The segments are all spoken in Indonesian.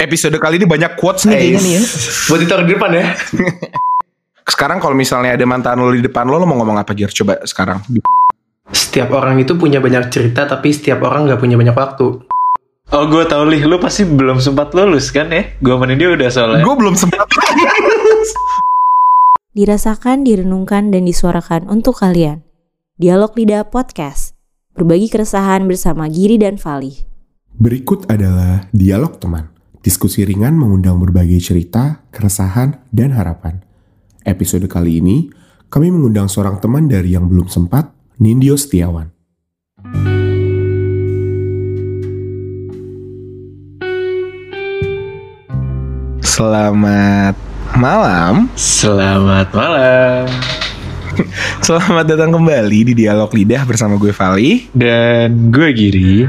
episode kali ini banyak quotes nih kayaknya nih ya. Buat ditaruh di depan ya. Sekarang kalau misalnya ada mantan lo di depan lo mau ngomong apa, Gir? Coba sekarang. Setiap orang itu punya banyak cerita, tapi setiap orang gak punya banyak waktu. Oh, gue tau Lih, lu pasti belum sempat lulus kan ya? Gue sama dia udah soalnya. Gue belum sempat. Dirasakan, direnungkan, dan disuarakan untuk kalian. Dialog Lidah Podcast. Berbagi keresahan bersama Giri dan Fali. Berikut adalah Dialog Teman. Diskusi ringan mengundang berbagai cerita, keresahan, dan harapan. Episode kali ini, kami mengundang seorang teman dari yang belum sempat, Nindyo Setiawan. Selamat malam. Selamat malam. Selamat datang kembali di Dialog Lidah bersama gue Fali. Dan gue Giri.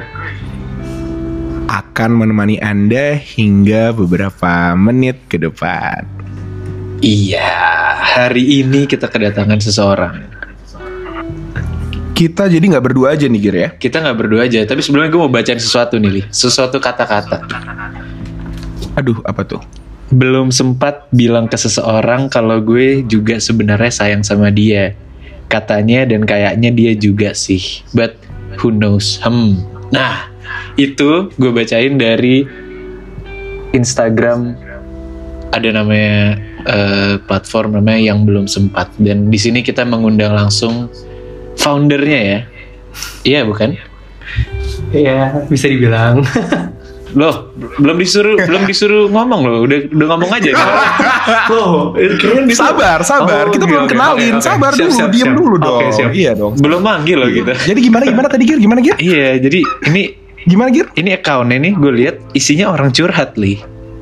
Akan menemani Anda hingga beberapa menit ke depan. Iya, hari ini kita kedatangan seseorang. Kita jadi gak berdua aja nih, Gir ya? Kita gak berdua aja, tapi sebelumnya gue mau bacain sesuatu nih, Li. Sesuatu kata-kata. Aduh, apa tuh? Belum sempat bilang ke seseorang kalau gue juga sebenarnya sayang sama dia. Katanya dan kayaknya dia juga sih. But who knows? Nah, itu gue bacain dari Instagram. Ada namanya platform namanya Yang Belum Sempat. Dan di sini kita mengundang langsung foundernya ya. Iya bukan? Iya, bisa dibilang. Loh, belum disuruh ngomong loh, udah ngomong aja. Loh, Sabar. Oh, Kita belum oke. kenalin. Sabar dulu, diam dulu dong. Oke, siap. Iya dong. Belum manggil loh gitu. Jadi gimana tadi, Gir? Gimana, Gir? Iya, jadi Gimana, Gir? ini account-nya nih gue lihat isinya orang curhat, Li.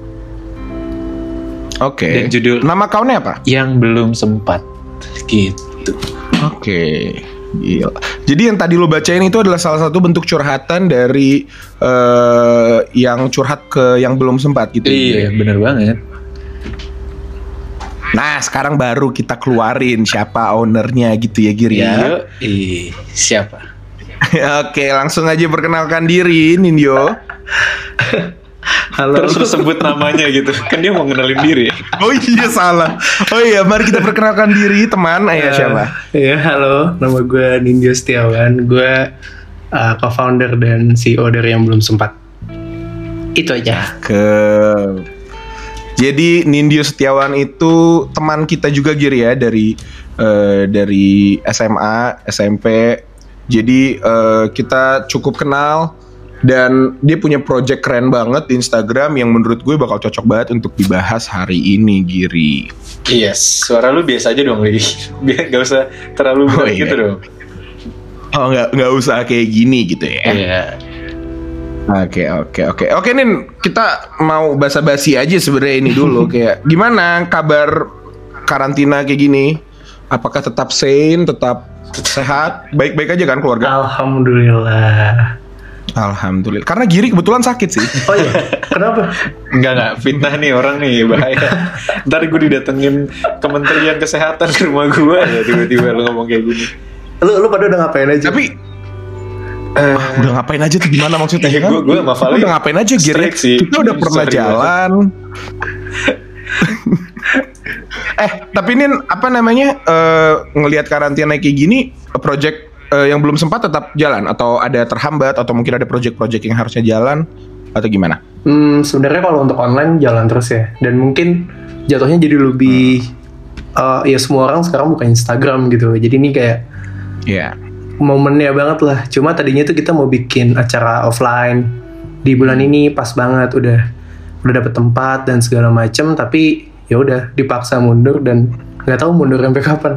Oke. Dan judul Nama account-nya apa? Yang Belum Sempat gitu. Oke. Gila. Jadi yang tadi lo bacain itu adalah salah satu bentuk curhatan dari yang curhat ke yang belum sempat gitu. Iya, bener banget. Nah, sekarang baru kita keluarin siapa ownernya gitu ya, Gir ya. Siapa? Oke, langsung aja perkenalkan diri, Nindyo. Halo. Terus lu sebut namanya gitu. Kan dia mau ngenalin diri. Oh iya, salah. Oh iya, mari kita perkenalkan diri, teman. Ayo, siapa? Iya, halo. Nama gue Nindyo Setiawan. Gue co-founder dan CEO dari Yang Belum Sempat. Itu aja. Jadi Nindyo Setiawan itu teman kita juga, Gir ya, dari SMA, SMP. Jadi kita cukup kenal. Dan dia punya project keren banget di Instagram yang menurut gue bakal cocok banget untuk dibahas hari ini, Giri. Yes, suara lu biasa aja dong, Li. Biar gak usah terlalu berat gitu dong. Oh, nggak usah kayak gini gitu ya. Iya. Oke, Nin, kita mau basa-basi aja sebenarnya ini dulu. Kayak gimana kabar karantina kayak gini? Apakah tetap sane, tetap sehat, baik-baik aja kan keluarga? Alhamdulillah. Karena Giri kebetulan sakit sih. Oh iya, kenapa? Enggak, fitnah nih orang nih, bahaya. Ntar gue didatengin Kementerian Kesehatan ke rumah gue ya, tiba-tiba lu ngomong kayak gini. Lu pada udah ngapain aja? Tapi udah ngapain aja tuh, gimana maksudnya? Iya, gue sama Fali udah ngapain aja, Giri? Kita udah pernah jalan. Tapi Nin, apa namanya, ngelihat karantina kayak gini, project yang belum sempat tetap jalan atau ada terhambat atau mungkin ada project-project yang harusnya jalan atau gimana? Sebenarnya kalau untuk online jalan terus ya, dan mungkin jatuhnya jadi lebih ya semua orang sekarang buka Instagram gitu, jadi ini kayak momennya banget lah. Cuma tadinya tuh kita mau bikin acara offline di bulan ini, pas banget udah dapet tempat dan segala macem, tapi ya udah dipaksa mundur dan nggak tahu mundur sampai kapan.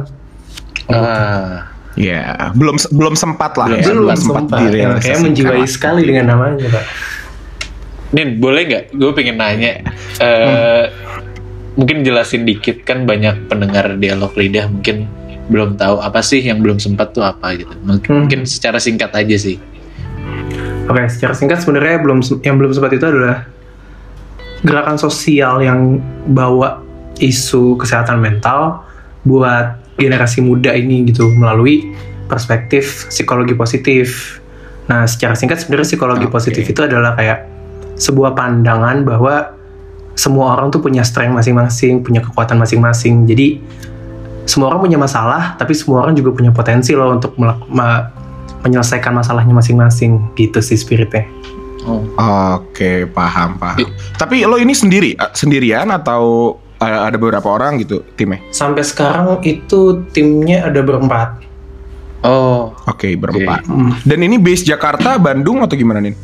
Ya, belum sempat lah. Belum sempat. Kayak menjiwai sekali dengan namanya, Pak. Nin, boleh nggak? Gue pengen nanya. Mungkin jelasin dikit, kan banyak pendengar Dialog Lidah mungkin belum tahu apa sih yang belum sempat tuh apa gitu. Mungkin secara singkat aja sih. Oke, secara singkat sebenarnya yang belum sempat itu adalah gerakan sosial yang bawa isu kesehatan mental buat generasi muda ini gitu, melalui perspektif psikologi positif. Nah, secara singkat sebenarnya psikologi positif itu adalah kayak sebuah pandangan bahwa semua orang tuh punya strength masing-masing, punya kekuatan masing-masing. Jadi semua orang punya masalah, tapi semua orang juga punya potensi loh untuk menyelesaikan masalahnya masing-masing. Gitu sih spiritnya. Oke, paham. Tapi lo ini sendirian atau ada beberapa orang gitu timnya? Sampai sekarang itu timnya ada berempat. Oke, berempat. Dan ini base Jakarta, Bandung atau gimana nih?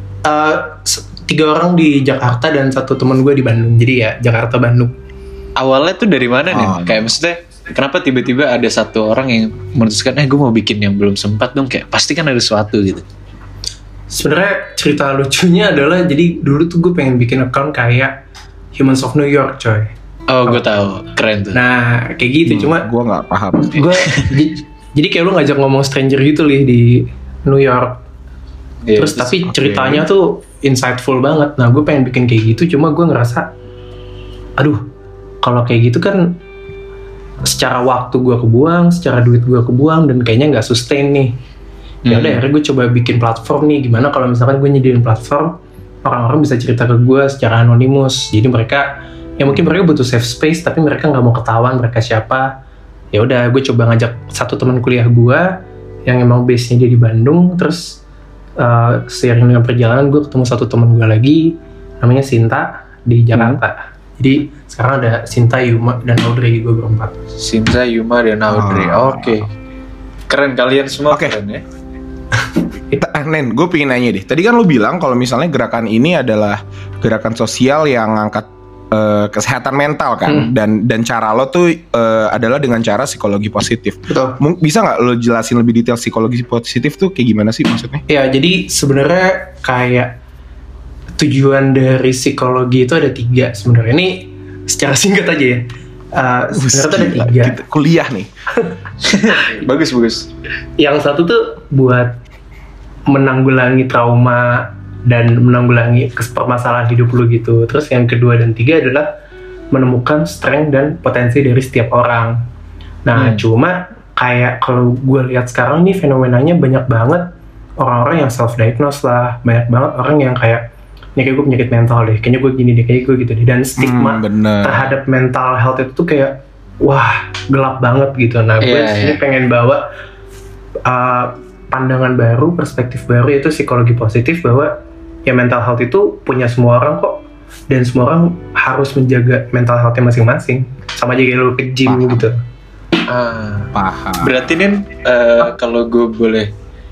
3 orang di Jakarta dan 1 teman gue di Bandung. Jadi ya Jakarta Bandung. Awalnya tuh dari mana nih? Kayak maksudnya kenapa tiba-tiba ada 1 orang yang memutuskan gue mau bikin yang belum sempat dong, kayak pasti kan ada sesuatu gitu. Sebenarnya cerita lucunya adalah jadi dulu tuh gue pengen bikin account kayak Humans of New York, coy. Gue tahu, keren tuh. Nah kayak gitu, cuma gue nggak paham. Jadi kayak lu ngajak ngomong stranger gitu Lih di New York. Terus tapi ceritanya tuh insightful banget. Nah gue pengen bikin kayak gitu, cuma gue ngerasa aduh kalau kayak gitu kan secara waktu gue kebuang, secara duit gue kebuang, dan kayaknya nggak sustain nih. Ya udah akhirnya gue coba bikin platform nih, gimana kalau misalkan gue nyediain platform orang-orang bisa cerita ke gue secara anonimus. Jadi mereka ya mungkin mereka butuh safe space tapi mereka nggak mau ketahuan mereka siapa. Ya udah gue coba ngajak 1 teman kuliah gue yang emang base-nya dia di Bandung. Terus seiring dengan perjalanan gue ketemu 1 teman gue lagi namanya Sinta di Jakarta. Jadi sekarang ada Sinta, Yuma, dan Audrey, gue berempat. Sinta, Yuma, dan Audrey. Oke. Keren kalian semua. Keren ya. Nen, gue pengen nanya deh. Tadi kan lo bilang kalau misalnya gerakan ini adalah gerakan sosial yang ngangkat kesehatan mental kan, dan cara lo tuh adalah dengan cara psikologi positif. Betul. Bisa nggak lo jelasin lebih detail psikologi positif tuh kayak gimana sih maksudnya? Ya jadi sebenarnya kayak tujuan dari psikologi itu ada 3 sebenarnya. Ini secara singkat aja ya. Sebenarnya tuh ada 3. Kuliah nih. Bagus. Yang satu tuh buat menanggulangi trauma dan menanggulangi permasalahan hidup lu gitu. Terus yang kedua dan 3 adalah menemukan strength dan potensi dari setiap orang. Nah cuma kayak kalau gue lihat sekarang nih fenomenanya banyak banget orang-orang yang self-diagnose lah. Banyak banget orang yang kayak ini kayak gue penyakit mental deh, kayaknya gue gini deh, kayak gue gitu deh. Dan stigma terhadap mental health itu tuh kayak wah gelap banget gitu. Nah gue sini pengen bawa pandangan baru, perspektif baru, yaitu psikologi positif, bahwa ya mental health itu punya semua orang kok, dan semua orang harus menjaga mental health-nya masing-masing. Sama aja kayak lu ke gym gitu. Paham. Berarti Nen, kalau gue boleh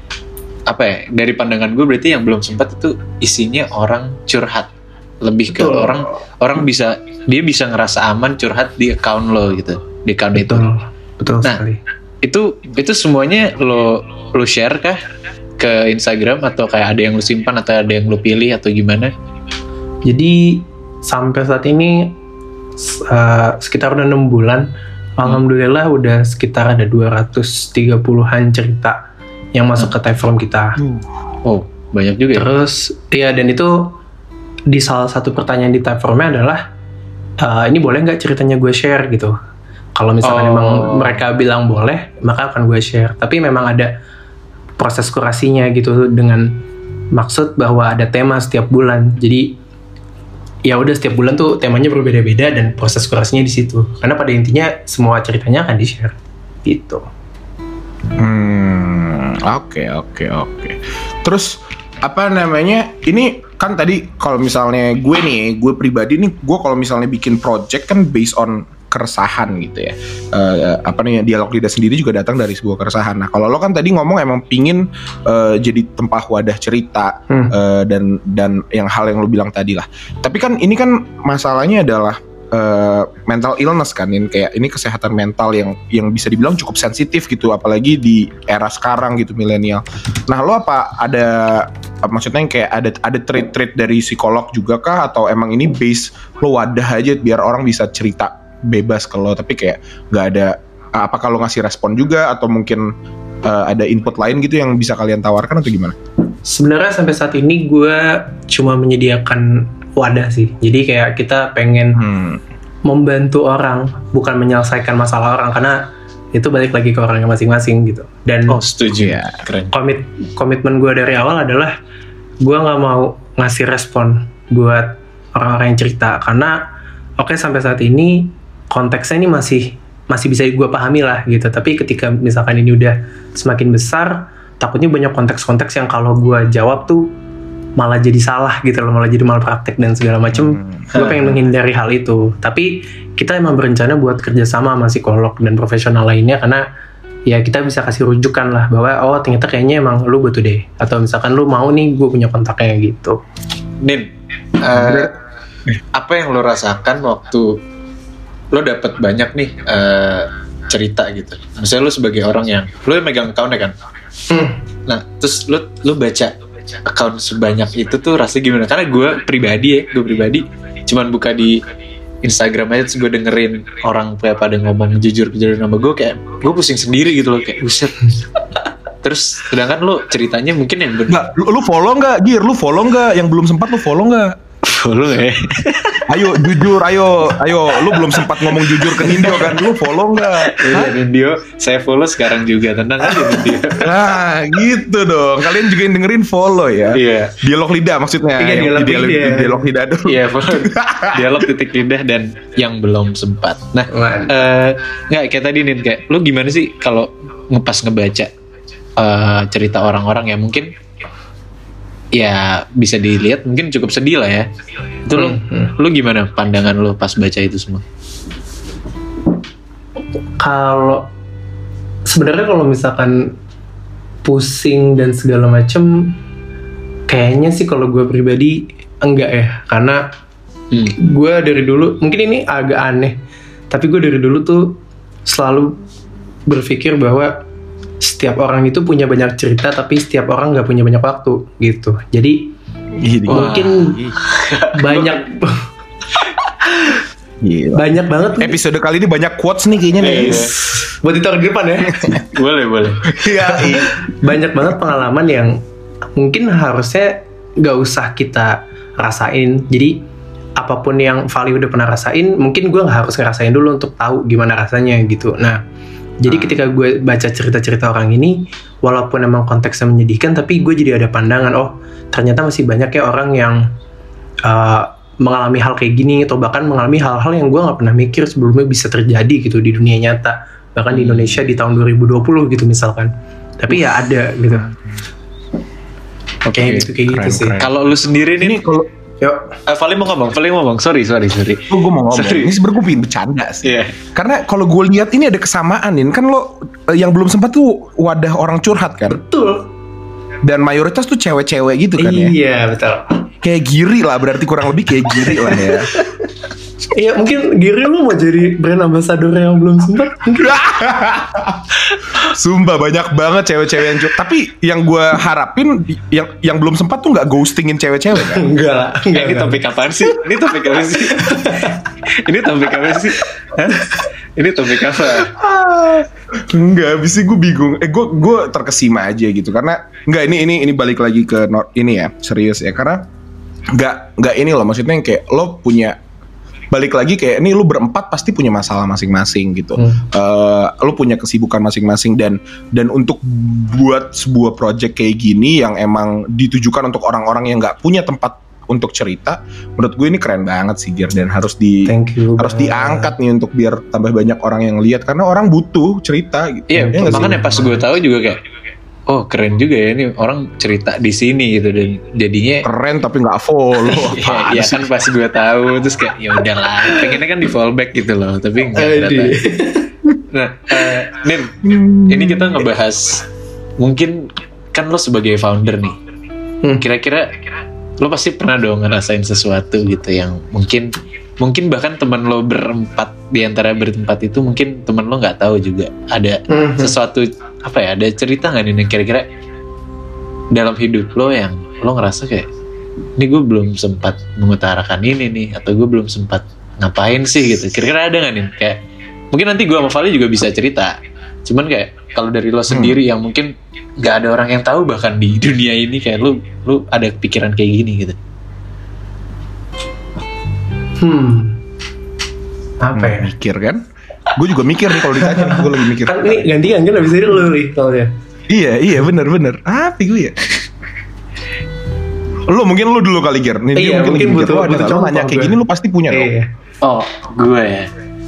dari pandangan gue, berarti yang belum sempat itu isinya orang curhat. Lebih ke orang bisa ngerasa aman curhat di account lo gitu, di account itu. Betul nah, sekali. Itu semuanya lo share kah ke Instagram, atau kayak ada yang lo simpan atau ada yang lo pilih atau gimana? Jadi sampai saat ini sekitar udah 6 bulan, alhamdulillah udah sekitar ada 230-an cerita yang masuk ke Typeform kita. Oh, banyak juga. Terus ya, dan itu di salah satu pertanyaan di Typeformnya adalah ini boleh nggak ceritanya gue share gitu. Kalau misalkan emang mereka bilang boleh, maka akan gue share. Tapi memang ada proses kurasinya gitu, dengan maksud bahwa ada tema setiap bulan. Jadi ya udah setiap bulan tuh temanya berbeda-beda dan proses kurasinya di situ. Karena pada intinya semua ceritanya akan di-share gitu. Oke. Terus apa namanya? Ini kan tadi kalau misalnya gue pribadi nih, gue kalau misalnya bikin project kan based on keresahan gitu ya. Dialog lidah sendiri juga datang dari sebuah keresahan. Nah, kalau lo kan tadi ngomong emang pingin jadi tempat wadah cerita dan yang hal yang lo bilang tadi lah. Tapi kan ini kan masalahnya adalah mental illness kan, ini kesehatan mental yang bisa dibilang cukup sensitif gitu, apalagi di era sekarang gitu, milenial. Nah, lo maksudnya kayak ada trait-trait dari psikolog juga kah, atau emang ini base lo wadah aja biar orang bisa cerita bebas ke lo, tapi kayak nggak ada apakah lo ngasih respon juga, atau mungkin ada input lain gitu yang bisa kalian tawarkan atau gimana? Sebenarnya sampai saat ini gue cuma menyediakan wadah sih. Jadi kayak kita pengen membantu orang, bukan menyelesaikan masalah orang, karena itu balik lagi ke orangnya masing-masing gitu. Dan setuju ya, keren. Komitmen gue dari awal adalah gue nggak mau ngasih respon buat orang-orang yang cerita, karena oke, sampai saat ini konteksnya ini masih bisa gue pahami lah gitu. Tapi ketika misalkan ini udah semakin besar, takutnya banyak konteks-konteks yang kalau gue jawab tuh malah jadi salah gitu loh, malah jadi malpraktek dan segala macem. Gue pengen menghindari hal itu. Tapi kita emang berencana buat kerjasama sama psikolog dan profesional lainnya, karena ya kita bisa kasih rujukan lah bahwa oh ternyata kayaknya emang lu butuh deh, atau misalkan lu mau nih gue punya kontaknya gitu. Nin, apa yang lo rasakan waktu lo dapet banyak nih cerita gitu? Misalnya lo sebagai orang yang lo megang account-nya kan, nah terus lo baca account sebanyak itu tuh rasanya gimana? Karena gue pribadi cuman buka di Instagram aja terus gue dengerin orang kayak pada ngomong jujur nama gue, kayak gue pusing sendiri gitu loh, kayak buset. Terus sedangkan lu ceritanya mungkin yang benar. Lu follow nggak, Gir? Lu follow nggak? Yang belum sempat lu follow nggak? Follow ya. Ayo jujur, ayo. Lu belum sempat ngomong jujur ke Nindyo kan? Lu follow nggak? Iya Nindyo, saya follow sekarang juga, tenang aja Nindyo. Nah gitu dong. Kalian juga yang dengerin follow ya. Iya. Dialog lidah maksudnya. Iya, dialog lidah dulu. Iya, dialog titik lidah dan yang belum sempat. Nah, nggak kayak tadi Nin, kayak lu gimana sih kalau ngebaca cerita orang-orang yang mungkin ya bisa dilihat mungkin cukup sedih lah ya. Itu lu gimana pandangan lu pas baca itu semua? Kalau sebenarnya kalau misalkan pusing dan segala macem, kayaknya sih kalau gue pribadi enggak ya, karena gue dari dulu, mungkin ini agak aneh, tapi gue dari dulu tuh selalu berpikir bahwa setiap orang itu punya banyak cerita, tapi setiap orang nggak punya banyak waktu gitu. Jadi mungkin banyak banyak banget episode kali ini banyak quotes nih kayaknya nih. Buat ditaruh di depan ya. boleh. Iya. Banyak banget pengalaman yang mungkin harusnya nggak usah kita rasain. Jadi apapun yang Vali udah pernah rasain, mungkin gue nggak harus ngerasain dulu untuk tahu gimana rasanya gitu. Nah, jadi ketika gue baca cerita-cerita orang ini, walaupun emang konteksnya menyedihkan, tapi gue jadi ada pandangan, oh ternyata masih banyak ya orang yang mengalami hal kayak gini, atau bahkan mengalami hal-hal yang gue gak pernah mikir sebelumnya bisa terjadi gitu di dunia nyata, bahkan di Indonesia di tahun 2020 gitu misalkan. Tapi ya ada gitu. Kayak gitu sih. Kalau lu sendiri nih, kalau Vali mau ngomong. Sorry. Gue mau ngomong. Ini sebenernya gue pengen bercanda sih. Yeah. Karena kalau gue lihat ini ada kesamaan nih. Kan lo yang belum sempat tuh wadah orang curhat kan. Betul. Dan mayoritas tuh cewek-cewek gitu kan ya. Iya betul. Kayak Giri lah, berarti kurang lebih kayak Giri lah ya. Iya mungkin Giri lu mau jadi brand ambassador yang belum sempat. Sumpah banyak banget cewek-cewek yang tapi yang gue harapin yang belum sempat tuh nggak ghostingin cewek-cewek kan? Enggak lah. Ini topik apaan sih? Ini topik apa sih? Ini topik apa? Enggak, abis gue bingung. Gue terkesima aja gitu karena enggak ini balik lagi ke ini ya, serius ya, karena enggak ini loh, maksudnya yang kayak lo punya balik lagi kayak ini lu berempat pasti punya masalah masing-masing gitu. Lu punya kesibukan masing-masing dan untuk buat sebuah project kayak gini yang emang ditujukan untuk orang-orang yang nggak punya tempat untuk cerita, menurut gue ini keren banget sih Gir, dan harus diangkat nih untuk biar tambah banyak orang yang lihat karena orang butuh cerita gitu. Iya, makanya pas gue tahu juga kayak oh keren juga ya ini orang cerita di sini gitu, dan jadinya keren tapi nggak follow. Iya kan pas gue tahu terus kayak ya udahlah, pengennya kan di fallback gitu loh, tapi nggak ada. Nah, Nin, ini kita ngebahas mungkin kan lo sebagai founder nih, kira-kira lo pasti pernah dong ngerasain sesuatu gitu yang mungkin bahkan teman lo berempat, di antara berempat itu mungkin teman lo nggak tahu juga ada sesuatu apa ya, ada cerita nggak nih kira-kira dalam hidup lo yang lo ngerasa kayak ini gue belum sempat mengutarakan ini nih, atau gue belum sempat ngapain sih gitu, kira-kira ada nggak nih? Kayak mungkin nanti gue sama Vali juga bisa cerita, cuman kayak kalau dari lo sendiri yang mungkin nggak ada orang yang tahu bahkan di dunia ini, kayak lo ada pikiran kayak gini gitu. Apa ya? Mikir kan? Gue juga mikir nih kalau ditanya nih, gue lagi mikir. Kan ini gantian kan abis ini lu nih soalnya. Iya bener. Apa gue ya? Mungkin lu dulu kali Gir. Nih, Iya, mungkin butuh contoh. Nanya kayak gini lu pasti punya dong. Iya. Oh, gue ya.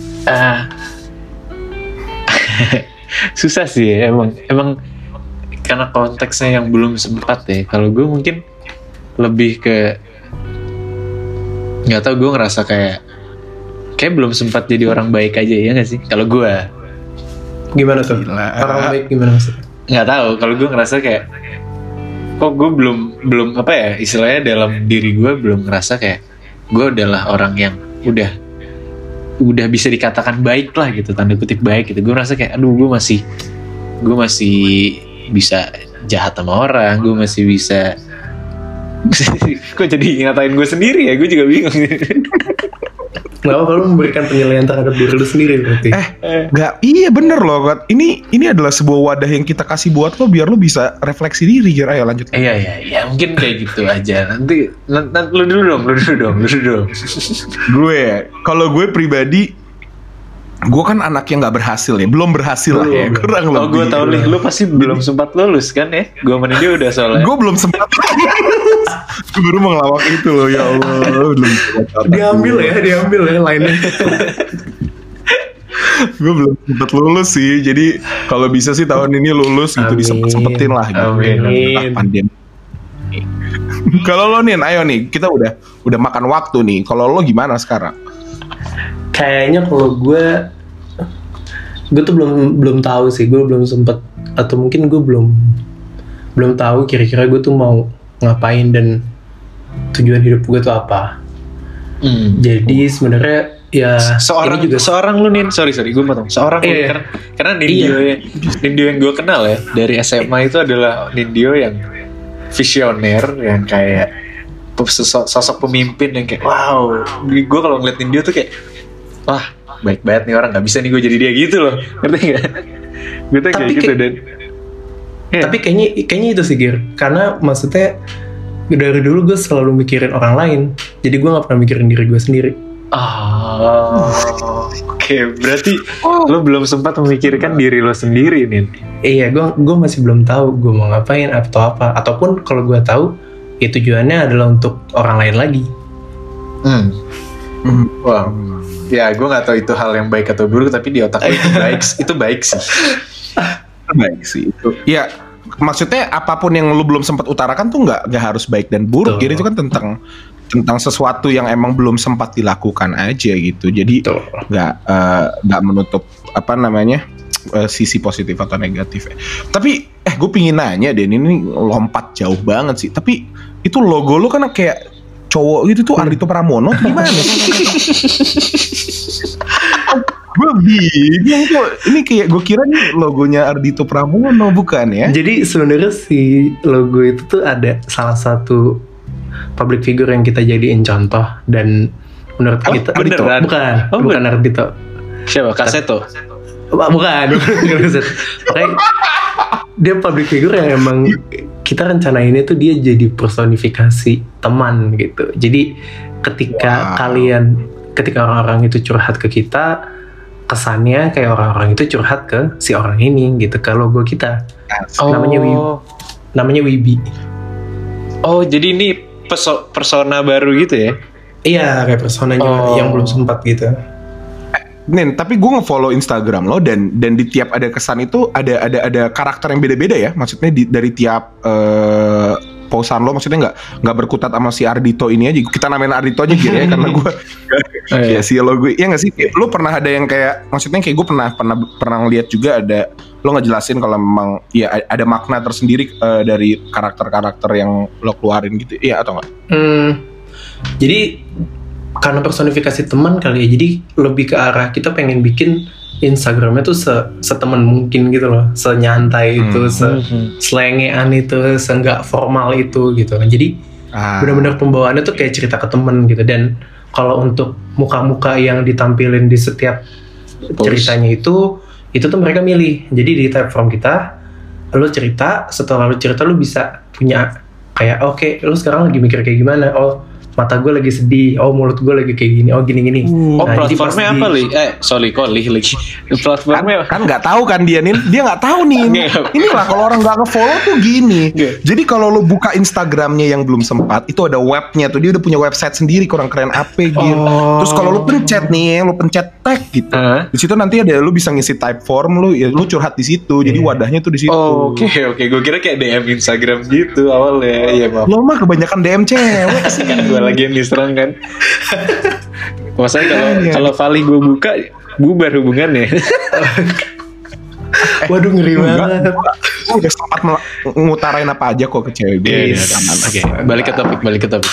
Susah sih ya, emang karena konteksnya yang belum sempat ya. Kalau gue mungkin lebih ke nggak tahu, gue ngerasa kayak belum sempat jadi orang baik aja ya nggak sih? Kalau gue Gimana tuh? Orang baik gimana maksudnya? nggak tahu. Kalau gue ngerasa kayak kok gue belum apa ya, istilahnya dalam diri gue belum ngerasa kayak gue adalah orang yang udah bisa dikatakan baik lah gitu, tanda kutip baik gitu. Gue ngerasa kayak aduh, gue masih bisa jahat sama orang, gue masih bisa kok jadi ngatain gue sendiri ya, gue juga bingung. Gak apa-apa, lu memberikan penilaian terhadap diri lu sendiri berarti. Gak, iya bener loh Kat. Ini adalah sebuah wadah yang kita kasih buat lo biar lo bisa refleksi diri. Ayo lanjut. Iya, mungkin kayak gitu aja. Nanti lu dulu dong. Gue, kalau gue pribadi, gue kan anak yang nggak berhasil ya, belum berhasil lah ya, kurang lebih. Oh, gue tahu nih, lu pasti belum sempat lulus kan ya? Gue sama dia udah soalnya. Gue belum sempat. Gue baru mau ngelawak itu loh, ya Allah. Belum diambil ya lainnya. Gue belum sempat lulus sih, jadi kalau bisa sih tahun ini lulus gitu, disempet-sempetin lah gitu. Amin. Pandemi. Kalau lo Nin, ayo nih, kita udah makan waktu nih. Kalau lo gimana sekarang? Kayaknya kalau gue tuh belum tahu sih, gue belum sempet, atau mungkin gue belum tahu kira-kira gue tuh mau ngapain dan tujuan hidup gue tuh apa. Jadi sebenarnya ya seorang lu Nin, sorry gue potong. Seorang lu, karena Nindyo yang gue kenal ya dari SMA itu adalah Nindyo yang visioner, yang kayak sosok pemimpin yang kayak wow. Gue kalau ngeliat Nindyo tuh kayak wah, baik banget nih orang, nggak bisa nih gue jadi dia gitu loh, ngerti nggak? Gue tuh kayak gitu dan. Tapi kayaknya itu sih Gir, karena maksudnya dari dulu gue selalu mikirin orang lain, jadi gue nggak pernah mikirin diri gue sendiri. Oke, berarti lo belum sempat memikirkan diri lo sendiri nih. Iya, gue masih belum tahu gue mau ngapain atau apa, ataupun kalau gue tahu, ya tujuannya adalah untuk orang lain lagi. Wow. Ya, gue nggak tahu itu hal yang baik atau buruk, tapi di otak gue itu baik sih. Baik sih itu. Ya, maksudnya apapun yang lu belum sempat utarakan tuh nggak harus baik dan buruk. Jadi itu kan tentang sesuatu yang emang belum sempat dilakukan aja gitu. Jadi nggak menutup sisi positif atau negatif. Tapi gue pingin nanya deh, ini lompat jauh banget sih. Tapi itu logo lu kan kayak cowok gitu tuh, Ardhito Pramono gimana sih? Gue bingung tuh, ini kayak gue kira nih logonya Ardhito Pramono, bukan ya? Jadi sebenarnya si logo itu tuh ada salah satu public figure yang kita jadiin contoh, dan menurut kita bukan Ardhito. Siapa? Kaseto? Bukan Kaseto. Makanya dia public figure yang emang kita rencanainnya tuh dia jadi personifikasi teman gitu. Jadi ketika orang-orang itu curhat ke kita, kesannya kayak orang-orang itu curhat ke si orang ini gitu, ke logo kita. Namanya Wibi. Oh, jadi ini persona baru gitu ya? Iya, kayak personanya yang belum sempat gitu. Nin, tapi gue nge-follow Instagram lo dan di tiap ada kesan itu ada karakter yang beda-beda ya. Maksudnya dari tiap posan lo, maksudnya nggak berkutat sama si Ardhito ini aja. Kita namain Ardhito aja gitu ya, karena gue ya si logo. Iya nggak sih? Lo pernah ada yang kayak, maksudnya kayak gue pernah ngeliat juga ada lo ngejelasin kalau memang ya ada makna tersendiri dari karakter-karakter yang lo keluarin gitu. Iya atau nggak? Jadi karena personifikasi teman kali ya, jadi lebih ke arah kita pengen bikin Instagramnya tuh seteman mungkin gitu loh, senyantai itu, selengean itu, seenggak formal itu gitu. Jadi benar-benar pembawaannya tuh kayak cerita ke temen gitu. Dan kalau untuk muka-muka yang ditampilin di setiap ceritanya itu tuh mereka milih. Jadi di platform kita, lo cerita, setelah lo cerita lo bisa punya kayak oke, lo sekarang lagi mikir kayak gimana? Oh, mata gue lagi sedih, oh mulut gue lagi kayak gini, oh gini-gini. Oh platformnya apa Li? Platformnya kan nggak tahu kan dia nggak tahu nih. Inilah kalau orang nggak nge-follow tuh gini. Jadi kalau lo buka Instagramnya yang belum sempat, itu ada webnya tuh, dia udah punya website sendiri, kurang keren apa gitu. Terus kalau lo pencet tag gitu, di situ nanti ada lo bisa ngisi type form lo curhat di situ. Jadi wadahnya tuh di situ. Oke, gue kira kayak DM Instagram gitu awalnya. Iya maaf. Lo mah kebanyakan DM cewek sih. Kan gue lagi yang diserang kan. Maksudnya kalau Vali gue buka bubar hubungannya. Waduh ngeri banget. Gue udah sempat ngutarain apa aja kok ke cewek gue. Oke, balik ke topik.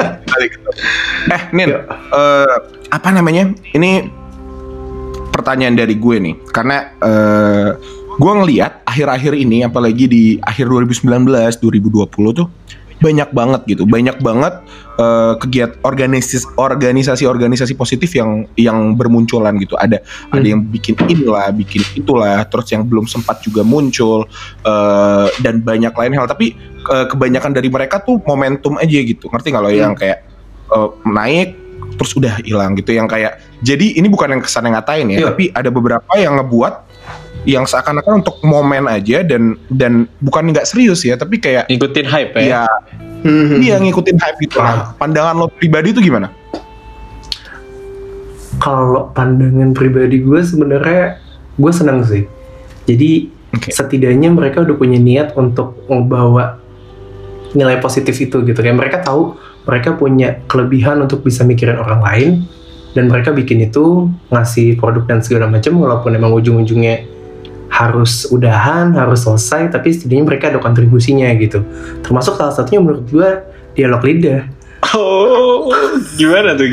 Nin, apa namanya? Ini pertanyaan dari gue nih, karena gue ngelihat akhir-akhir ini, apalagi di akhir 2019, 2020 tuh banyak banget kegiatan organisasi positif yang bermunculan gitu. Ada yang bikin inilah, bikin itulah, terus yang belum sempat juga muncul, dan banyak lain hal. Tapi kebanyakan dari mereka tuh momentum aja gitu, ngerti nggak lo? Yang kayak naik terus udah hilang gitu, yang kayak, jadi ini bukan yang kesan yang ngatain ya, tapi ada beberapa yang ngebuat yang seakan-akan untuk momen aja dan bukan nggak serius ya, tapi kayak ngikutin hype ya. Iya, ngikutin hype gitu. Nah, pandangan lo pribadi itu gimana? Kalau pandangan pribadi gue sebenarnya gue senang sih. Jadi setidaknya mereka udah punya niat untuk membawa nilai positif itu gitu. Kayak mereka tahu mereka punya kelebihan untuk bisa mikirin orang lain, dan mereka bikin itu, ngasih produk dan segala macam, walaupun emang ujung-ujungnya harus udahan, harus selesai, tapi setidaknya mereka ada kontribusinya gitu. Termasuk salah satunya menurut gue dialog lidah. Oh, gimana tuh?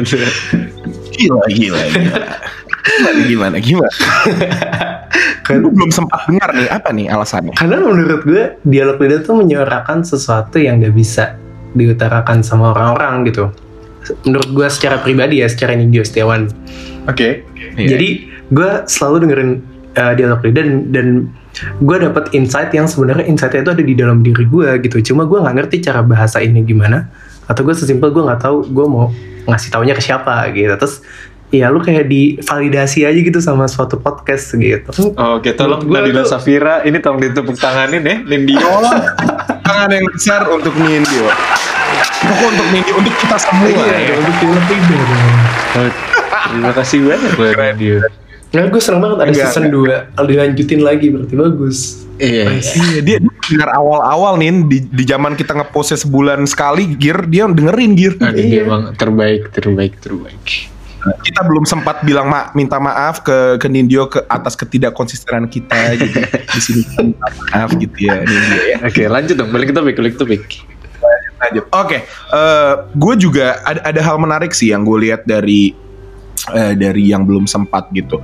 Gimana? Kan lu belum sempat dengar nih, apa nih alasannya? Karena menurut gue dialog lidah tuh menyuarakan sesuatu yang gak bisa diutarakan sama orang-orang gitu. Menurut gue secara pribadi ya, secara Nindyo Setiawan. Jadi gue selalu dengerin dialog lidah, dan gue dapet insight yang sebenarnya insightnya itu ada di dalam diri gue gitu. Cuma gue nggak ngerti cara bahasa ini gimana, atau gue sesimpel gue nggak tahu gue mau ngasih taunya ke siapa gitu. Terus ya lu kayak divalidasi aja gitu sama suatu podcast gitu. Oke, tolong Nadila Safira ini tolong ditepuk tanganin ya, Nindyo. Tangan yang besar untuk Nindyo. Pokoknya untuk Nindyo, untuk kita semua. Untuk dialog lidah. Terima kasih banyak loh Nindyo. Nah, gue seneng banget ada season 2 dilanjutin lagi, berarti bagus. Iya, dia dengar awal-awal nih di zaman kita nge-postnya sebulan sekali, dia dengerin Gir. Dia emang terbaik. Kita belum sempat bilang minta maaf ke Nindyo ke atas ketidakkonsistenan kita gitu. Di sini minta maaf gitu ya Nindyo ya. Oke, lanjut dong, balik ke topik. Oke, gue juga ada hal menarik sih yang gue lihat dari yang belum sempat gitu.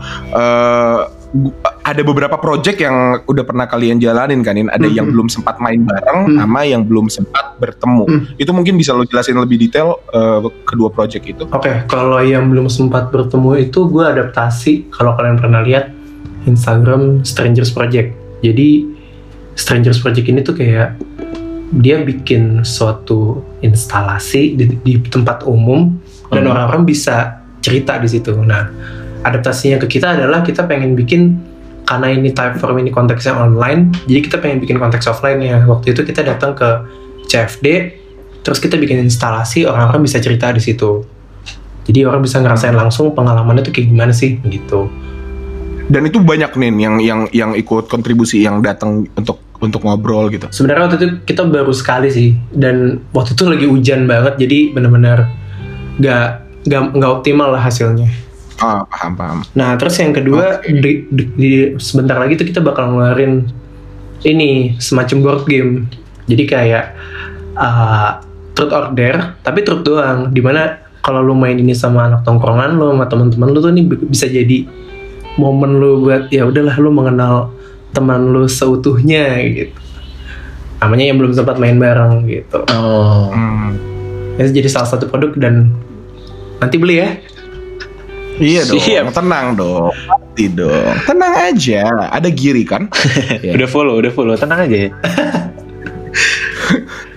Ada beberapa project yang udah pernah kalian jalanin kan, ada yang belum sempat main bareng sama yang belum sempat bertemu. Itu mungkin bisa lo jelasin lebih detail kedua project itu. Oke, kalau yang belum sempat bertemu itu gue adaptasi, kalau kalian pernah lihat Instagram Strangers Project. Jadi Strangers Project ini tuh kayak dia bikin suatu instalasi di tempat umum, dan orang-orang bisa cerita di situ. Nah, adaptasinya ke kita adalah kita pengen bikin, karena ini Typeform ini konteksnya online, jadi kita pengen bikin konteks offline ya. Waktu itu kita datang ke CFD, terus kita bikin instalasi, orang-orang bisa cerita di situ. Jadi orang bisa ngerasain langsung pengalamannya tuh kayak gimana sih gitu. Dan itu banyak nih yang ikut kontribusi, yang datang untuk ngobrol gitu. Sebenarnya waktu itu kita baru sekali sih, dan waktu itu lagi hujan banget, jadi benar-benar nggak optimal lah hasilnya. Oh, paham. Nah, terus yang kedua, di sebentar lagi tuh kita bakal ngeluarin ini semacam board game. Jadi kayak truth or dare, tapi truth doang. Dimana kalau lu main ini sama anak tongkrongan lu, sama teman-teman lu tuh nih bisa jadi momen lu buat ya udahlah lu mengenal teman lu seutuhnya gitu. Namanya yang belum sempat main bareng gitu. Itu jadi salah satu produk, dan nanti beli ya. Iya dong, tenang dong, pasti dong. Tenang aja, ada Giri kan? Udah follow, tenang aja.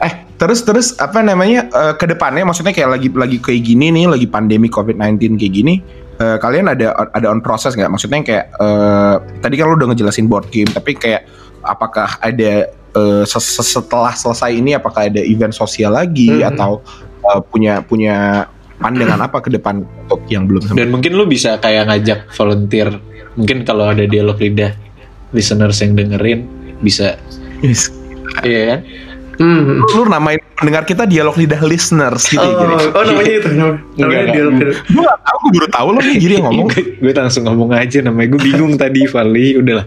Terus apa namanya ke depannya, maksudnya kayak lagi kayak gini nih, lagi pandemi COVID-19 kayak gini, kalian ada on proses nggak? Maksudnya kayak tadi kan lu udah ngejelasin board game, tapi kayak apakah ada setelah selesai ini apakah ada event sosial lagi atau punya pandangan apa ke depan untuk yang belum sempat? Dan mungkin lu bisa kayak ngajak volunteer, mungkin kalau ada Dialog Lidah listeners yang dengerin bisa. Yes. Iya kan? Lu namain pendengar kita Dialog Lidah listeners gitu ya. Namanya itu. Namanya Dialog Lidah. Gue baru tahu loh nih Giri yang ngomong. Gue langsung ngomong aja namanya, gue bingung tadi Vali, udahlah.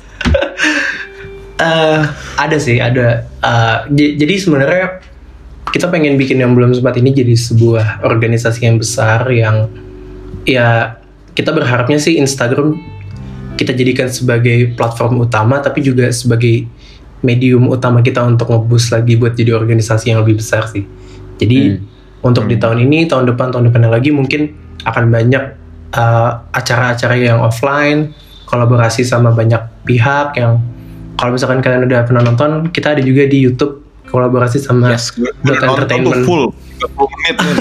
Ada sih, ada. Jadi sebenarnya kita pengen bikin yang belum sempat ini jadi sebuah organisasi yang besar yang ya kita berharapnya sih Instagram kita jadikan sebagai platform utama, tapi juga sebagai medium utama kita untuk nge-boost lagi buat jadi organisasi yang lebih besar sih. Jadi untuk di tahun ini, tahun depannya lagi mungkin akan banyak acara-acara yang offline, kolaborasi sama banyak pihak yang kalau misalkan kalian udah pernah nonton, kita ada juga di YouTube kolaborasi sama Dot Entertainment. Full 30 menit nih.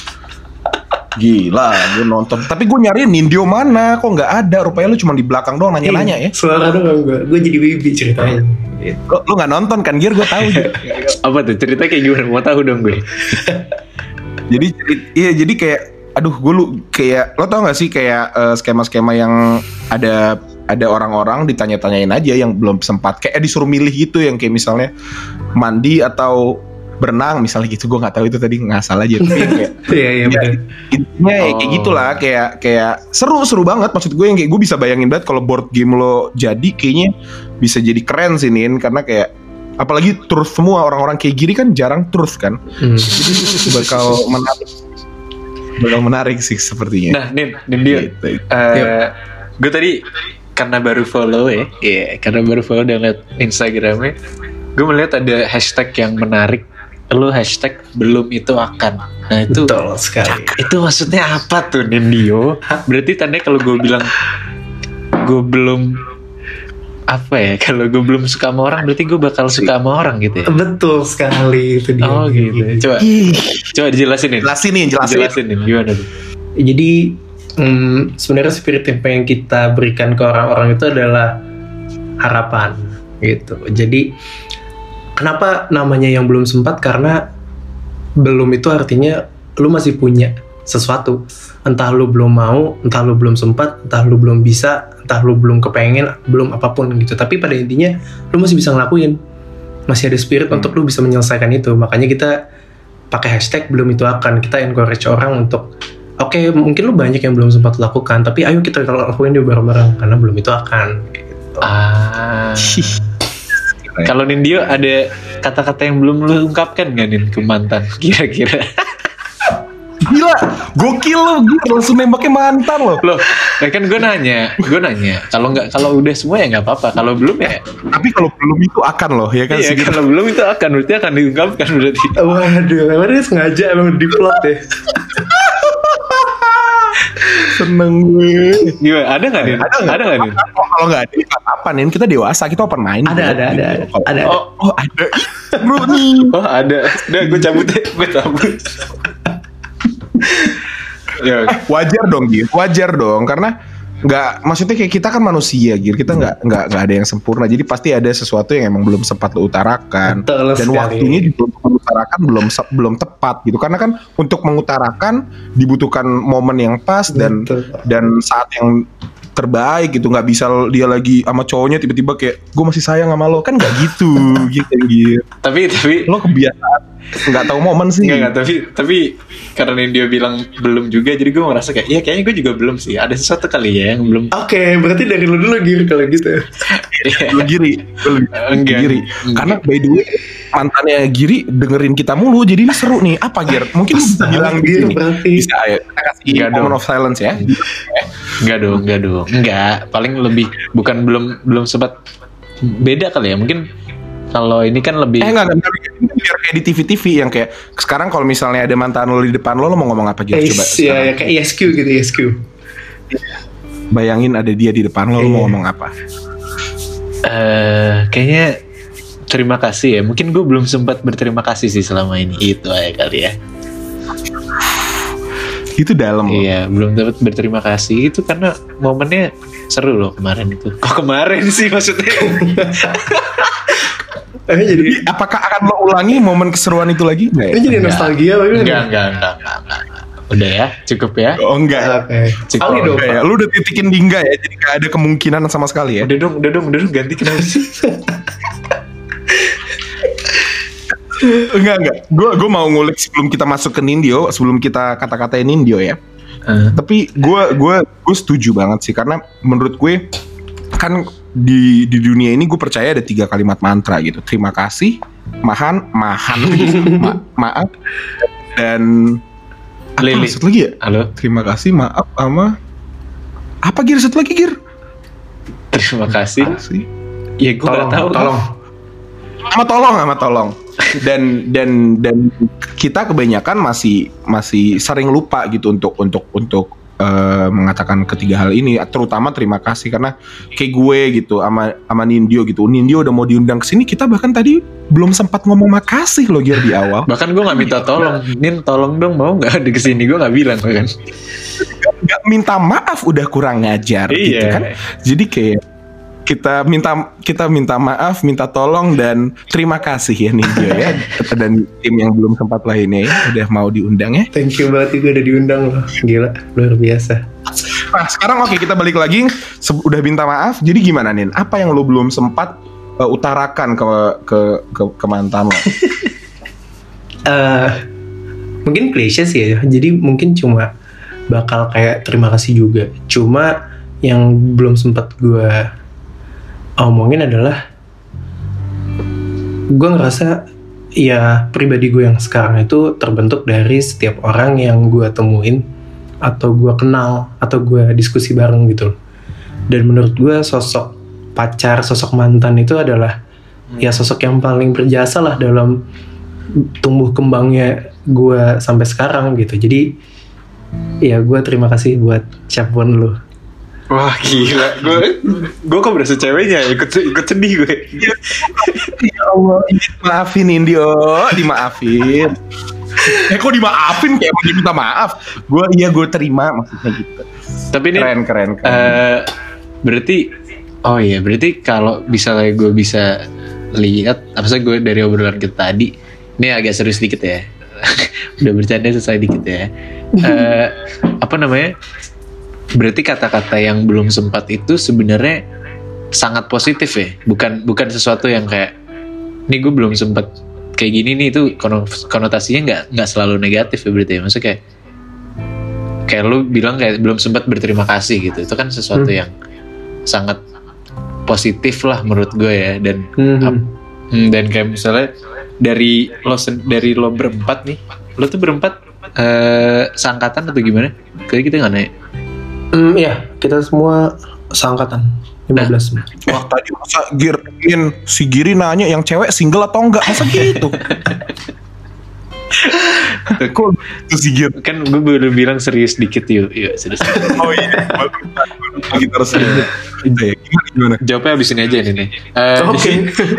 Gila, gue nonton. Tapi gue nyariin Nindyo mana, kok nggak ada. Rupanya lu cuma di belakang doang nanya-nanya ya. Suara doang gue jadi baby ceritanya. Lu nggak nonton kan, Gir? Gue tahu. Apa tuh cerita kayak gimana? Mau tahu dong gue. jadi kayak, aduh, kayak lo tau nggak sih kayak skema-skema yang ada orang-orang ditanya-tanyain aja yang belum sempat, kayak disuruh milih gitu, yang kayak misalnya mandi atau berenang misalnya gitu. Gue nggak tahu itu tadi ngasal aja, tapi kayak iya betul. Intinya kayak gitulah, kayak seru banget. Maksud gue yang kayak gue bisa bayangin banget kalau board game lo jadi, kayaknya bisa jadi keren sih Nin, karena kayak apalagi terus semua orang-orang kayak Giri kan jarang terus kan. Jadi bakal menarik sih sepertinya. Nah Nin dia gue tadi karena baru follow karena baru follow dan liat Instagramnya, gue melihat ada hashtag yang menarik. Lu hashtag belum itu akan. Nah itu betul sekali. Itu maksudnya apa tuh Nindio? Berarti tandanya kalau gue bilang gue belum apa ya, kalau gue belum suka sama orang berarti gue bakal suka sama orang gitu ya? Betul sekali, itu dia. Oh gitu. Coba dijelasin nih. Jelasin nih gimana tuh? Jadi sebenarnya spirit yang pengen kita berikan ke orang-orang itu adalah harapan gitu. Jadi kenapa namanya yang belum sempat? Karena belum itu artinya lu masih punya sesuatu. Entah lu belum mau, entah lu belum sempat, entah lu belum bisa, entah lu belum kepengen, belum apapun gitu. Tapi pada intinya lu masih bisa ngelakuin. Masih ada spirit untuk lu bisa menyelesaikan itu. Makanya kita pakai hashtag belum itu akan. Kita encourage orang untuk oke, mungkin lu banyak yang belum sempat lakukan, tapi ayo kita lakuin dia bareng-bareng karena belum itu akan gitu. Kalau Nindio ada kata-kata yang belum lu ungkapkan nggak Nin ke mantan kira-kira? Gila, gokil lo, langsung nembaknya mantan lo. Loh, kan gue nanya, kalau udah semua ya nggak apa-apa, kalau belum ya. Tapi kalau belum itu akan loh, ya kan? Iya, kalau belum itu akan, berarti akan diungkapkan berarti. Waduh, emang sengaja emang diplot ya. Seneng gue. Gimana? Ada nggak Nin? Ada nggak Nin? Kalau nggak ada, apa Nin? Kita dewasa, kita open mind. Ada. Oh ada. Bro nih. Oh ada. Udah gue cabut. Ya. Wajar dong, karena nggak, maksudnya kayak kita kan manusia, kita nggak ada yang sempurna, jadi pasti ada sesuatu yang emang belum sempat lo utarakan. Betul dan sekali. Waktunya untuk mengutarakan belum tepat gitu, karena kan untuk mengutarakan dibutuhkan momen yang pas dan saat yang terbaik gitu. Nggak bisa dia lagi sama cowoknya tiba-tiba kayak gue masih sayang sama lo, kan nggak gitu. gitu. Tapi lo kebiasaan nggak tahu momen sih. Nggak, tapi karena dia bilang belum juga, jadi gue merasa kayak iya kayaknya gue juga belum sih, ada sesuatu kali ya yang belum. Oke, berarti dari lu dulu Giri kalau gitu. Lu Giri. Karena by the way mantannya Giri dengerin kita mulu, jadi ini seru nih. Apa Gir? Mungkin bisa bilang Giri berarti. Bisa ya. Kita kasih moment of silence ya. Enggak dong. Enggak, paling lebih bukan belum sempat, beda kali ya. Mungkin kalau ini kan lebih enggak biar kayak di TV yang kayak sekarang kalau misalnya ada mantan lo di depan lo mau ngomong apa gitu. Coba ya kayak ESQ gitu, ESQ. Bayangin ada dia di depan lo mau ngomong apa? Kayaknya terima kasih ya. Mungkin gue belum sempat berterima kasih sih selama ini. Itu aja kali ya. Itu dalam loh. Iya, belum dapat berterima kasih itu karena momennya seru loh kemarin itu. Kok kemarin sih maksudnya? Jadi apakah akan lo ulangi momen keseruan itu lagi? Ini jadi nostalgia bagaimana? Enggak. Udah ya, cukup ya. Oh enggak. Oke. Cukup. Dong, Ya, lu udah titikin di enggak ya? Jadi gak ada kemungkinan sama sekali ya? Udah dong ganti kenapa sih? Enggak. Gue mau ngulik sebelum kita masuk ke Nindyo, sebelum kita kata-katain Nindyo ya. Tapi gue setuju banget sih karena menurut gue kan di dunia ini gue percaya ada 3 kalimat mantra gitu. Terima kasih, maaf, dan Lili. Satu lagi ya? Halo. Terima kasih, maaf, sama apa Gir? Satu lagi Gir. Terima kasih. Ya gue nggak tahu. Sama tolong. Dan kita kebanyakan masih sering lupa gitu untuk mengatakan ketiga hal ini, terutama terima kasih karena kayak gue gitu sama Nindyo gitu. Nindyo udah mau diundang ke sini, kita bahkan tadi belum sempat ngomong makasih loh Gir di awal. Bahkan gue nggak minta tolong, Nin tolong dong mau nggak di kesini, gue nggak bilang kan. Nggak minta maaf udah kurang ngajar gitu kan. Jadi kayak kita minta maaf, minta tolong dan terima kasih ya Nindyo ya dan tim yang belum sempat lainnya ya udah mau diundang ya. Thank you banget gue udah diundang loh. Gila, luar biasa. Nah sekarang oke, kita balik lagi. Udah minta maaf. Jadi gimana Nin? Apa yang lo belum sempat utarakan ke mantan lo? Mungkin klise sih ya. Jadi mungkin cuma bakal kayak terima kasih juga. Cuma yang belum sempat gue omongin adalah gue ngerasa ya pribadi gue yang sekarang itu terbentuk dari setiap orang yang gue temuin atau gue kenal atau gue diskusi bareng gitu. Dan menurut gue sosok pacar, sosok mantan itu adalah ya sosok yang paling berjasa lah dalam tumbuh kembangnya gue sampai sekarang gitu. Jadi ya gue terima kasih buat siapapun lu. Wah gila, gue kok berasa ceweknya ikut sedih gue. Ya Allah, maafin Nindyo, dimaafin. Kok dimaafin kayak mau minta maaf? Gue terima maksudnya gitu. Tapi ini keren. Berarti kalau misalnya gue bisa lihat, apa sih gue dari obrolan kita tadi, ini agak serius dikit ya. Udah bercanda selesai dikit ya. Berarti kata-kata yang belum sempat itu sebenarnya sangat positif ya, bukan sesuatu yang kayak nih gue belum sempat kayak gini nih, itu konotasinya nggak selalu negatif ya berarti ya. Maksudnya kayak lu bilang kayak belum sempat berterima kasih gitu, itu kan sesuatu yang sangat positif lah menurut gue ya. Dan kayak misalnya dari lo berempat nih, lo tuh berempat seangkatan atau gimana? Kayak kita nggak nanya. Iya, kita semua seangkatan 15. Wah tadi masa si Giri nanya yang cewek single atau enggak, masa gitu? Kok itu si Giri? Kan gue baru bilang serius dikit yuk serius. Oh iya, lagi terus gimana? Jawabnya abis ini aja nih. Oke.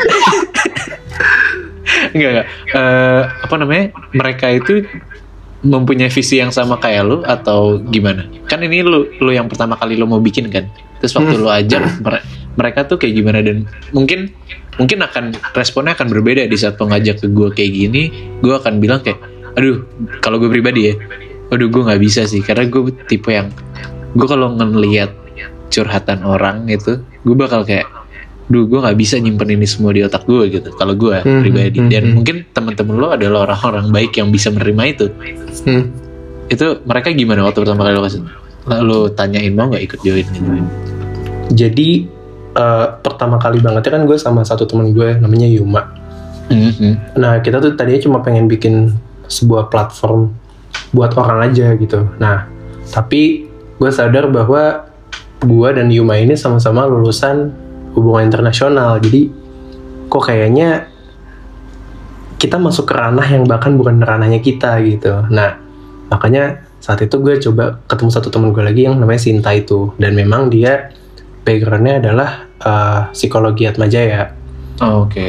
Enggak. Mereka itu mempunyai visi yang sama kayak lu atau gimana? Kan ini lu yang pertama kali lu mau bikin kan? Terus waktu lu ajak mereka tuh kayak gimana, dan mungkin akan responnya akan berbeda di saat lo ngajak ke gue kayak gini. Gue akan bilang kayak, aduh kalau gue pribadi ya, aduh gue nggak bisa sih, karena gue tipe yang gue kalau ngelihat curhatan orang itu gue bakal kayak, duh gue nggak bisa nyimpen ini semua di otak gue gitu kalau gue pribadi. Dan mungkin teman-teman lo adalah orang-orang baik yang bisa menerima itu. Itu mereka gimana waktu pertama kali lo tanyain mau nggak ikut join gitu? Jadi pertama kali bangetnya kan gue sama satu teman gue namanya Yuma. Nah kita tuh tadinya cuma pengen bikin sebuah platform buat orang aja gitu. Nah tapi gue sadar bahwa gue dan Yuma ini sama-sama lulusan hubungan internasional, jadi kok kayaknya kita masuk ke ranah yang bahkan bukan ranahnya kita gitu. Nah makanya saat itu gue coba ketemu satu teman gue lagi yang namanya Sinta itu, dan memang dia backgroundnya adalah psikologi Atmajaya. Oke.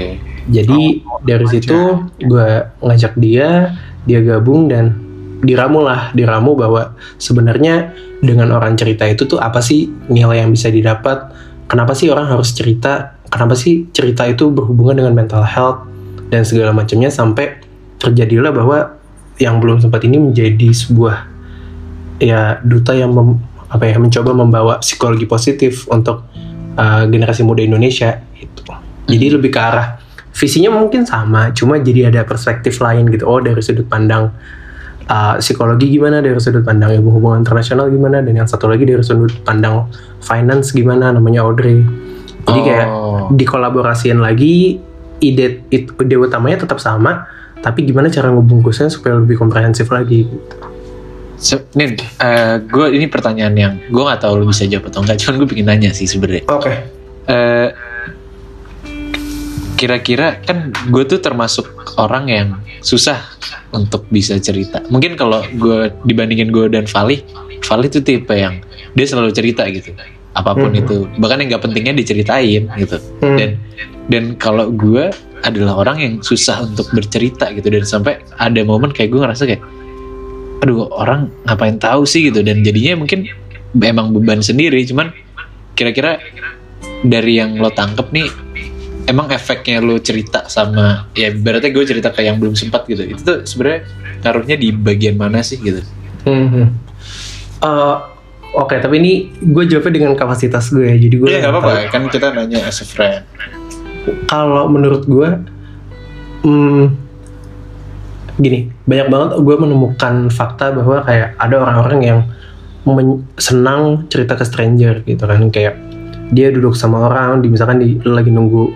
Jadi dari situ gue ngajak dia gabung dan diramu bahwa sebenarnya dengan orang cerita itu tuh apa sih nilai yang bisa didapat, kenapa sih orang harus cerita, kenapa sih cerita itu berhubungan dengan mental health dan segala macamnya, sampai terjadilah bahwa yang belum sempat ini menjadi sebuah ya duta yang mencoba membawa psikologi positif untuk generasi muda Indonesia itu. Jadi lebih ke arah visinya mungkin sama, cuma jadi ada perspektif lain gitu. Oh, dari sudut pandang psikologi gimana, dari sudut pandang hubungan internasional gimana, dan yang satu lagi dari sudut pandang finance gimana, namanya Audrey. Jadi kayak dikolaborasiin lagi, ide utamanya tetap sama, tapi gimana cara ngebungkusnya supaya lebih komprehensif lagi gitu. Nin, gue ini pertanyaan yang gue nggak tahu lo bisa jawab atau enggak, cuman gue pengen nanya sih sebenarnya. Oke. Kira-kira kan gue tuh termasuk orang yang susah untuk bisa cerita. Mungkin kalau gue dibandingin gue dan Fali tuh tipe yang dia selalu cerita gitu, apapun itu, bahkan yang nggak pentingnya diceritain gitu. Dan kalau gue adalah orang yang susah untuk bercerita gitu, dan sampai ada momen kayak gue ngerasa kayak, aduh, orang ngapain tahu sih gitu, dan jadinya mungkin emang beban sendiri. Cuman kira-kira dari yang lo tangkep nih, emang efeknya lo cerita sama, ya berarti gue cerita ke yang belum sempat gitu, itu tuh sebenarnya ngaruhnya di bagian mana sih gitu? Oke, tapi ini gue jawabnya dengan kapasitas gue ya, jadi gue nggak apa-apa, kan kita nanya as a friend. Kalau menurut gue gini, banyak banget gue menemukan fakta bahwa kayak ada orang-orang yang senang cerita ke stranger gitu kan, kayak dia duduk sama orang, misalkan lagi nunggu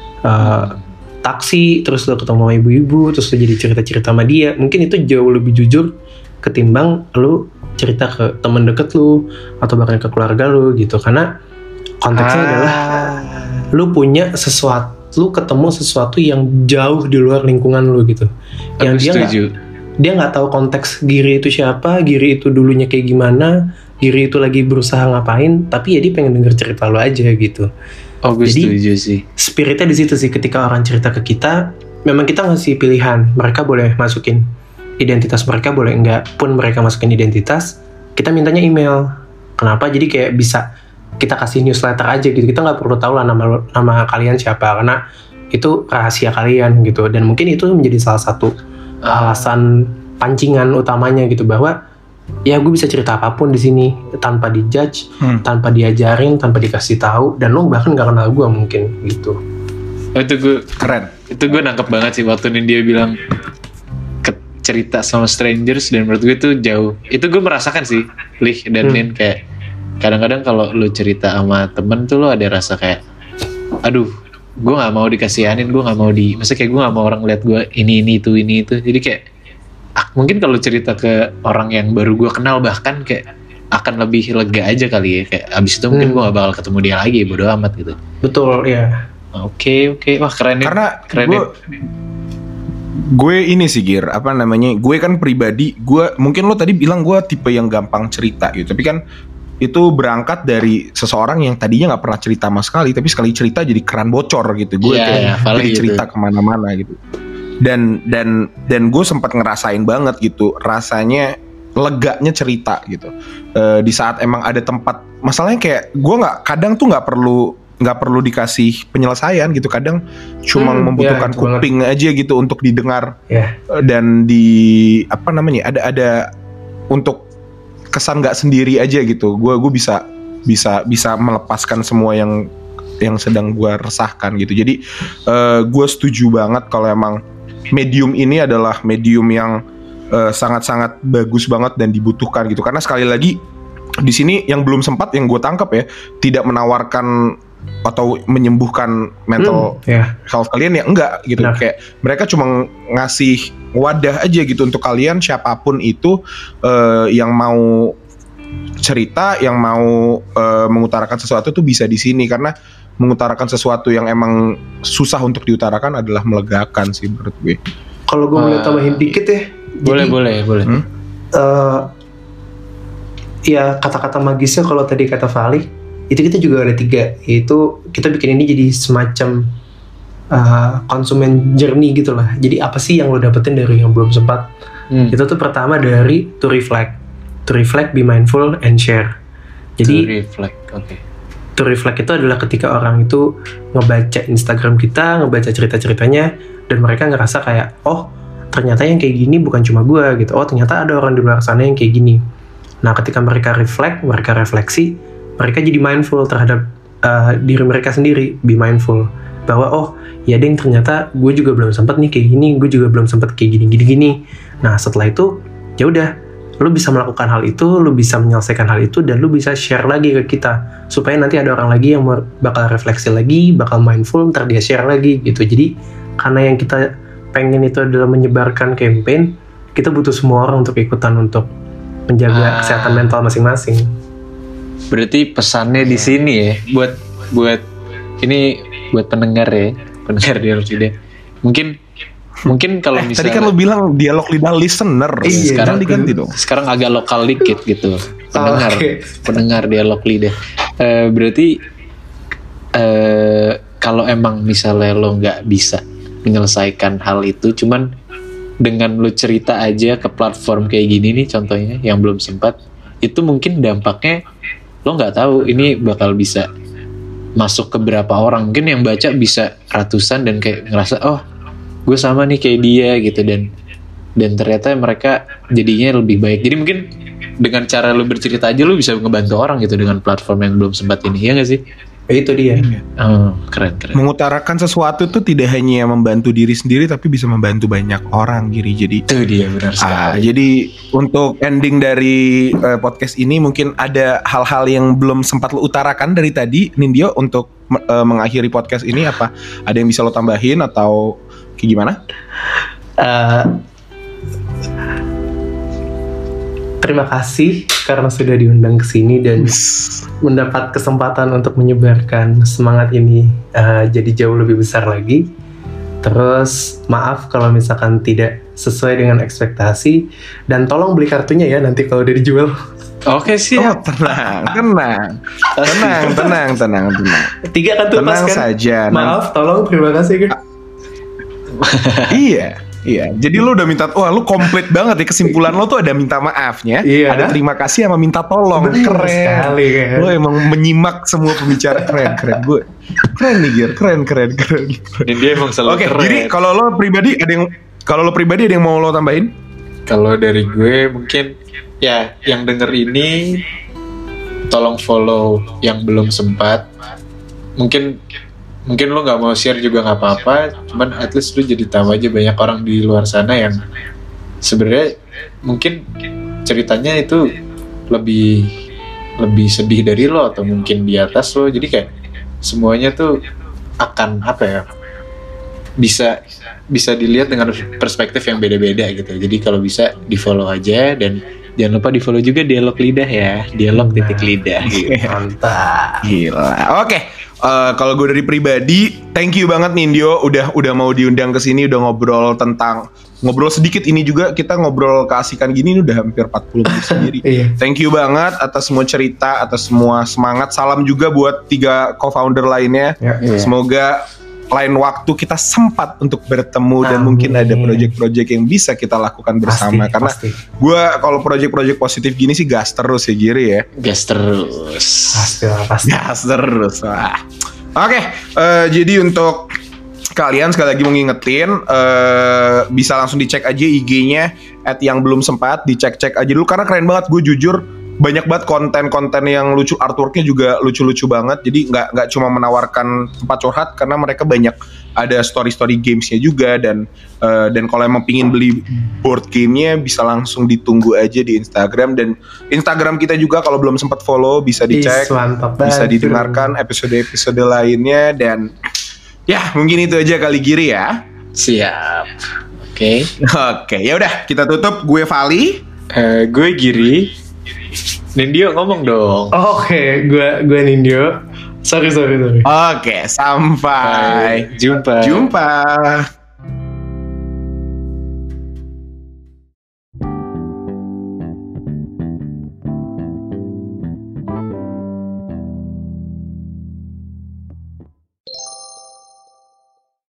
taksi, terus lo ketemu sama ibu-ibu, terus lo jadi cerita-cerita sama dia. Mungkin itu jauh lebih jujur ketimbang lo cerita ke teman deket lo atau bahkan ke keluarga lo gitu, karena konteksnya adalah lo punya sesuatu, lu ketemu sesuatu yang jauh di luar lingkungan lu gitu. Yang dia nggak tahu konteks Giri itu siapa, Giri itu dulunya kayak gimana, Giri itu lagi berusaha ngapain, tapi ya dia pengen denger cerita lu aja gitu. Oh, gue setuju sih. Spiritnya di situ sih, ketika orang cerita ke kita, memang kita ngasih pilihan, mereka boleh masukin identitas mereka, boleh enggak pun mereka masukin identitas, kita mintanya email. Kenapa? Jadi kayak bisa kita kasih newsletter aja gitu, kita nggak perlu tahu lah nama kalian siapa, karena itu rahasia kalian gitu. Dan mungkin itu menjadi salah satu alasan pancingan utamanya gitu, bahwa ya gue bisa cerita apapun di sini tanpa dijudge, tanpa diajarin, tanpa dikasih tahu, dan lo bahkan nggak kenal gue mungkin gitu. Itu gue keren, itu gue nangkep banget sih waktu dia bilang cerita sama strangers, dan menurut gue itu jauh, itu gue merasakan sih Lih dan Nin, kayak kadang-kadang kalau lu cerita sama temen tuh lo ada rasa kayak, aduh, gue nggak mau dikasihanin, gue nggak mau maksudnya kayak gue nggak mau orang lihat gue ini itu, jadi kayak mungkin kalau cerita ke orang yang baru gue kenal bahkan kayak akan lebih lega aja kali ya, kayak abis itu mungkin gue nggak bakal ketemu dia lagi, bodo amat gitu. Betul ya. Oke, wah keren. Karena gue ini sih Gir, gue kan pribadi, gue mungkin lo tadi bilang gue tipe yang gampang cerita gitu, tapi kan itu berangkat dari seseorang yang tadinya nggak pernah cerita sama sekali, tapi sekali cerita jadi keran bocor gitu. Gue jadi cerita kemana-mana gitu. Dan gue sempat ngerasain banget gitu, rasanya leganya cerita gitu. Di saat emang ada tempat, masalahnya kayak gue kadang tuh nggak perlu dikasih penyelesaian gitu. Kadang cuma membutuhkan kuping aja gitu untuk didengar. Dan ada untuk kesan nggak sendiri aja gitu. Gue bisa melepaskan semua yang sedang gue resahkan gitu. Jadi gue setuju banget kalau emang medium ini adalah medium yang sangat-sangat bagus banget dan dibutuhkan gitu. Karena sekali lagi di sini yang belum sempat, yang gue tangkap ya, tidak menawarkan atau menyembuhkan mental health kalian ya, enggak gitu. Kayak mereka cuma ngasih wadah aja gitu untuk kalian, siapapun itu yang mau cerita, yang mau mengutarakan sesuatu tuh bisa di sini, karena mengutarakan sesuatu yang emang susah untuk diutarakan adalah melegakan sih menurut gue. Kalau gue boleh tambahin dikit ya. Boleh. Ya kata-kata magisnya kalau tadi kata Fali, itu kita juga ada 3, yaitu kita bikin ini jadi semacam konsumen journey gitu lah. Jadi apa sih yang lo dapetin dari yang belum sempat? Itu tuh pertama dari to reflect, be mindful and share. Jadi to reflect itu adalah ketika orang itu ngebaca Instagram kita, ngebaca cerita-ceritanya, dan mereka ngerasa kayak, oh ternyata yang kayak gini bukan cuma gue gitu. Oh ternyata ada orang di luar sana yang kayak gini. Nah ketika mereka reflect, mereka refleksi, mereka jadi mindful terhadap diri mereka sendiri. Be mindful bahwa oh ya deng, ternyata gue juga belum sempat nih kayak gini, gue juga belum sempat kayak gini. Nah setelah itu ya udah, lu bisa melakukan hal itu, lu bisa menyelesaikan hal itu, dan lu bisa share lagi ke kita supaya nanti ada orang lagi yang bakal refleksi lagi, bakal mindful, ntar dia share lagi gitu. Jadi karena yang kita pengen itu adalah menyebarkan campaign, kita butuh semua orang untuk ikutan untuk menjaga kesehatan mental masing-masing. Berarti pesannya di sini ya, buat ini buat pendengar Dialog Lidah. Mungkin kalau misalnya tadi kan lo bilang Dialog Lidah listener. Sekarang diganti dong. Sekarang agak lokal dikit gitu. Pendengar Dialog Lidah. Berarti kalau emang misalnya lo nggak bisa menyelesaikan hal itu, cuman dengan lo cerita aja ke platform kayak gini nih contohnya yang belum sempat, itu mungkin dampaknya lo nggak tahu ini bakal bisa masuk ke berapa orang. Mungkin yang baca bisa ratusan dan kayak ngerasa oh gue sama nih kayak dia gitu, dan ternyata mereka jadinya lebih baik. Jadi mungkin dengan cara lu bercerita aja lu bisa ngebantu orang gitu dengan platform yang belum sempat ini, ya nggak sih? Itu dia. Oh, keren. Mengutarakan sesuatu tuh tidak hanya membantu diri sendiri, tapi bisa membantu banyak orang, Giri. Jadi itu dia, benar sekali. Jadi untuk ending dari podcast ini mungkin ada hal-hal yang belum sempat lo utarakan dari tadi, Nindyo, untuk mengakhiri podcast ini. Apa ada yang bisa lo tambahin atau kayak gimana? Terima kasih karena sudah diundang ke sini dan mendapat kesempatan untuk menyebarkan semangat ini jadi jauh lebih besar lagi. Terus maaf kalau misalkan tidak sesuai dengan ekspektasi, dan tolong beli kartunya ya nanti kalau udah dijual. Oke, siap. Tenang. 3 kan tuh pas kan? Saja. Maaf, tolong, terima kasih. Iya, jadi lu udah minta, wah lu komplit banget ya, kesimpulan lo tuh ada minta maafnya, ada terima kasih sama minta tolong. Bener keren sekali, kan? Lo emang menyimak semua pembicara. keren gue, keren nih Gir, keren. Dan dia emang selalu keren. Jadi kalau lo pribadi ada yang mau lo tambahin? Kalau dari gue mungkin ya yang denger ini tolong follow yang belum sempat. Mungkin lo nggak mau share juga nggak apa-apa, cuman at least lo jadi tahu aja banyak orang di luar sana yang sebenarnya mungkin ceritanya itu lebih sedih dari lo atau mungkin di atas lo. Jadi kayak semuanya tuh akan bisa dilihat dengan perspektif yang beda-beda gitu. Jadi kalau bisa di follow aja, dan jangan lupa di follow juga Dialog Lidah ya, Dialog.Lidah gitu. Mantap. Gila. Oke. Kalau gue dari pribadi, thank you banget Nindyo udah mau diundang ke sini, udah ngobrol sedikit ini juga, kita ngobrol keasikan gini ini udah hampir 40 menit sendiri. Thank you banget atas semua cerita, atas semua semangat. Salam juga buat 3 co-founder lainnya. Semoga lain waktu kita sempat untuk bertemu dan mungkin ada project-project yang bisa kita lakukan bersama. Karena gue kalau project-project positif gini sih gas terus ya Giri ya. Gas terus. Pasti. Gas terus. Oke, jadi untuk kalian sekali lagi mau ngingetin, bisa langsung dicek aja IG-nya @yang-belum-sempat, dicek-cek aja dulu karena keren banget. Gue jujur banyak banget konten-konten yang lucu, artworknya juga lucu-lucu banget. Jadi nggak cuma menawarkan tempat curhat, karena mereka banyak ada story-story gamesnya juga, dan kalau emang pingin beli board gamenya bisa langsung ditunggu aja di Instagram, dan Instagram kita juga kalau belum sempat follow bisa dicek, bisa didengarkan episode-episode lainnya, dan ya mungkin itu aja kali Giri ya. Siap. Oke, ya udah kita tutup. Gue Vali, gue Giri. Nindyo ngomong dong. Oke, gue Nindyo. Sorry. Oke, sampai jumpa.